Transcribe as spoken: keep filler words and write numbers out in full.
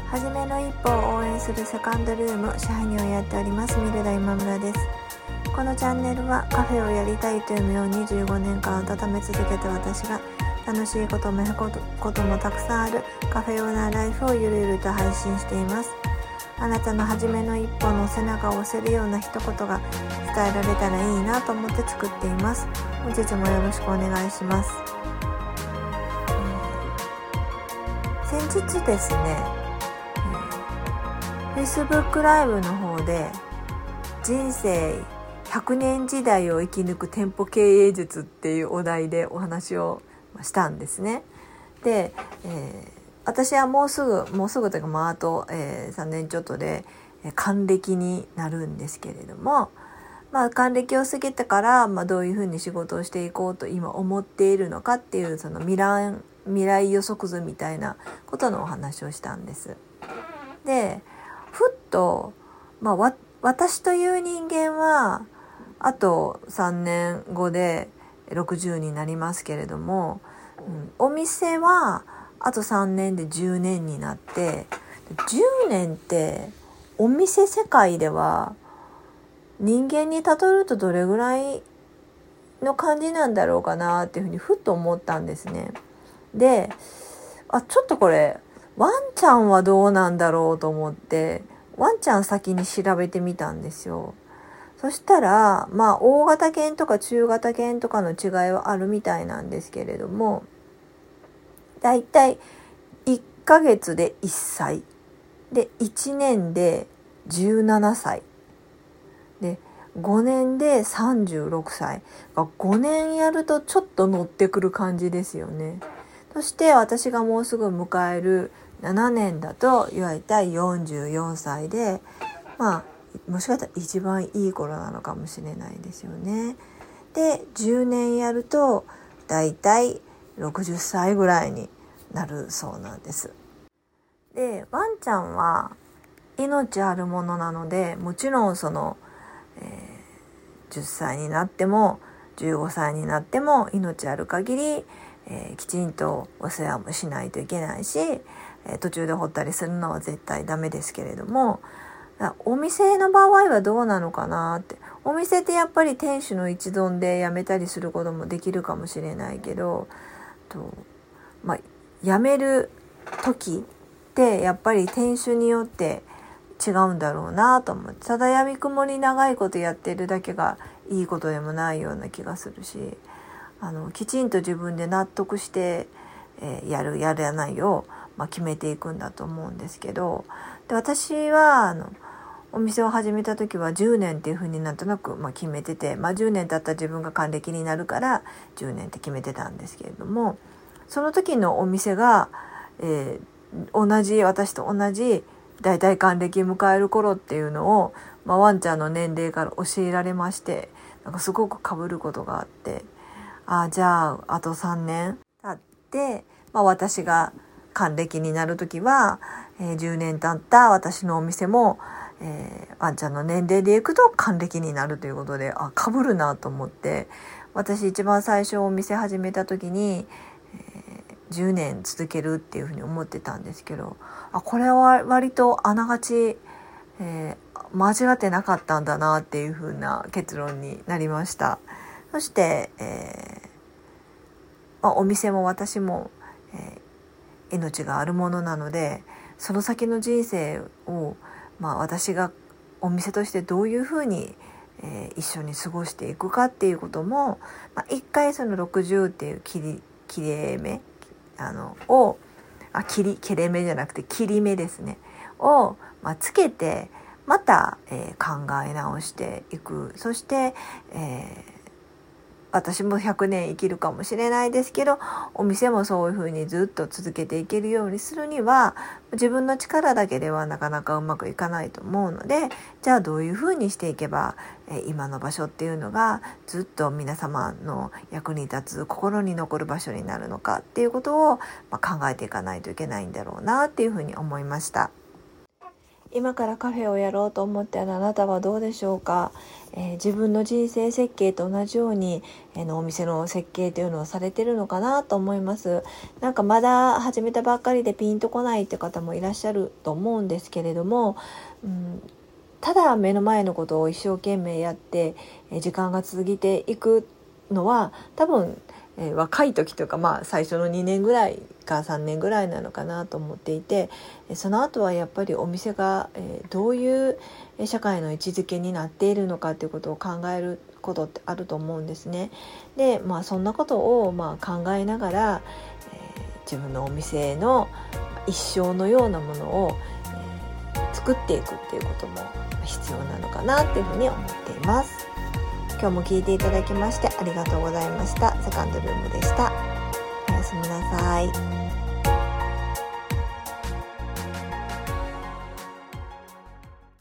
はじめの一歩を応援するセカンドルーム支配人をやっておりますミルダ今村です。このチャンネルはカフェをやりたいという夢をにじゅうごねんかん温め続けた私が楽しいこともへここともたくさんあるカフェオーナーライフをゆるゆると配信しています。あなたのはじめの一歩の背中を押せるような一言が伝えられたらいいなと思って作っています。本日もよろしくお願いします。えー、先日ですねFacebook ライブの方で人生ひゃくねん時代を生き抜く店舗経営術っていうお題でお話をしたんですね。で、えー、私はもうすぐもうすぐというかまああと、えー、さんねんちょっとで還暦になるんですけれども、まあ還暦を過ぎてから、まあ、どういうふうに仕事をしていこうと今思っているのかっていうその未来未来予測図みたいなことのお話をしたんです。でふっと、まあ、わ私という人間はあとさんねんごでろくじゅうになりますけれども、うん、お店はあとさんねんでじゅうねんになってじゅうねんってお店世界では人間に例えるとどれぐらいの感じなんだろうかなっていうふうにふっと思ったんですね。で、あ、ちょっとこれワンちゃんはどうなんだろうと思ってワンちゃん先に調べてみたんですよ。そしたらまあ大型犬とか中型犬とかの違いはあるみたいなんですけれども、だいたいいっかげつでいっさいでいちねんでじゅうななさいでごねんでさんじゅうろくさいがごねんやるとちょっと乗ってくる感じですよね。そして私がもうすぐ迎えるななねんだといわゆるよんじゅうよんさいで、まあもしかしたら一番いい頃なのかもしれないですよね。でじゅうねんやるとだいたいろくじゅっさいぐらいになるそうなんです。でワンちゃんは命あるものなのでもちろんその、えー、じゅっさいになってもじゅうごさいになっても命ある限り、えー、きちんとお世話もしないといけないし、えー、途中でほったりするのは絶対ダメですけれども、お店の場合はどうなのかなって。お店ってやっぱり店主の一存で辞めたりすることもできるかもしれないけど、とまあ、辞める時ってやっぱり店主によって違うんだろうなと思って、ただやみくもり長いことやってるだけがいいことでもないような気がするし、あのきちんと自分で納得して、えー、やるやらないを、まあ、決めていくんだと思うんですけど、で私はあのお店を始めた時はじゅうねんっていう風になんとなくまあ決めてて、まあ、じゅうねん経ったら自分が還暦になるからじゅうねんって決めてたんですけれども、その時のお店が、えー、同じ私と同じだいたい還暦迎える頃っていうのを、まあ、ワンちゃんの年齢から教えられまして、なんかすごく被ることがあって、あじゃああとさんねん経って、まあ、私が還暦になる時は、えー、じゅうねん経った私のお店もえー、ワンちゃんの年齢でいくと還暦になるということで、あ被るなと思って、私一番最初お店始めた時に、えー、じゅうねん続けるっていうふうに思ってたんですけど、あこれは割とあながち、えー、間違ってなかったんだなっていうふうな結論になりました。そして、えーまあ、お店も私も、えー、命があるものなので、その先の人生をまあ、私がお店としてどういうふうに、えー、一緒に過ごしていくかっていうことも、まあ、一回そのろくじゅうっていう切り切れ目あのをあ切り切れ目じゃなくて切り目ですねを、まあ、つけてまた、えー、考え直していく。そして、えー私もひゃくねん生きるかもしれないですけど、お店もそういうふうにずっと続けていけるようにするには自分の力だけではなかなかうまくいかないと思うので、じゃあどういうふうにしていけば、え今の場所っていうのがずっと皆様の役に立つ心に残る場所になるのかっていうことを、まあ、考えていかないといけないんだろうなっていうふうに思いました。 今からカフェをやろうと思っているあなたはどうでしょうか。えー、自分の人生設計と同じように、えー、のお店の設計というのをされているのかなと思います。なんかまだ始めたばっかりでピンとこないって方もいらっしゃると思うんですけれども、うん、ただ目の前のことを一生懸命やって、えー、時間が続いていくのは多分、えー、若い時というか、まあ、最初のにねんぐらいかさんねんぐらいなのかなと思っていて、その後はやっぱりお店が、えー、どういう社会の位置づけになっているのかということを考えることってあると思うんですね。で、まあ、そんなことをまあ考えながら、えー、自分のお店の一生のようなものを、えー、作っていくっていうことも必要なのかなっていうふうに思っています。今日も聞いていただきましてありがとうございました。セカンドルームでした。おやすみなさい。